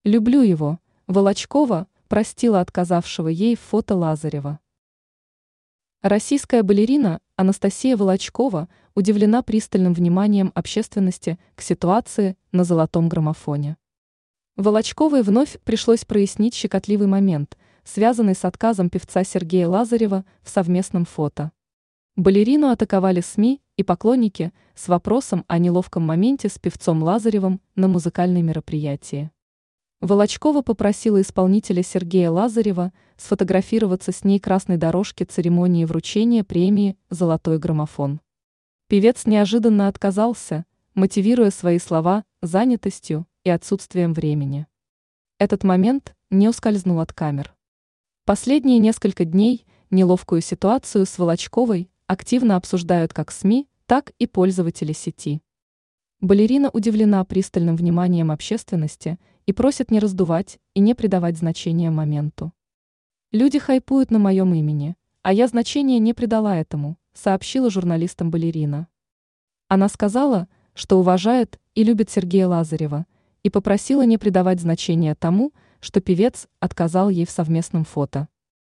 Люблю его. Волочкова простила отказавшего ей в фото Лазарева. Российская балерина Анастасия Волочкова удивлена пристальным вниманием общественности к ситуации на золотом граммофоне. Волочковой вновь пришлось прояснить щекотливый момент, связанный с отказом певца Сергея Лазарева в совместном фото. Балерину атаковали СМИ и поклонники с вопросом о неловком моменте с певцом Лазаревым на музыкальном мероприятии. Волочкова попросила исполнителя Сергея Лазарева сфотографироваться с ней красной дорожке церемонии вручения премии «Золотой граммофон». Певец неожиданно отказался, мотивируя свои слова занятостью и отсутствием времени. Этот момент не ускользнул от камер. Последние несколько дней неловкую ситуацию с Волочковой активно обсуждают как СМИ, так и пользователи сети. Балерина удивлена пристальным вниманием общественности и просит не раздувать и не придавать значения моменту. «Люди хайпуют на моем имени, а я значения не придала этому», сообщила журналистам балерина. Она сказала, что уважает и любит Сергея Лазарева, и попросила не придавать значения тому, что певец отказал ей в совместном фото.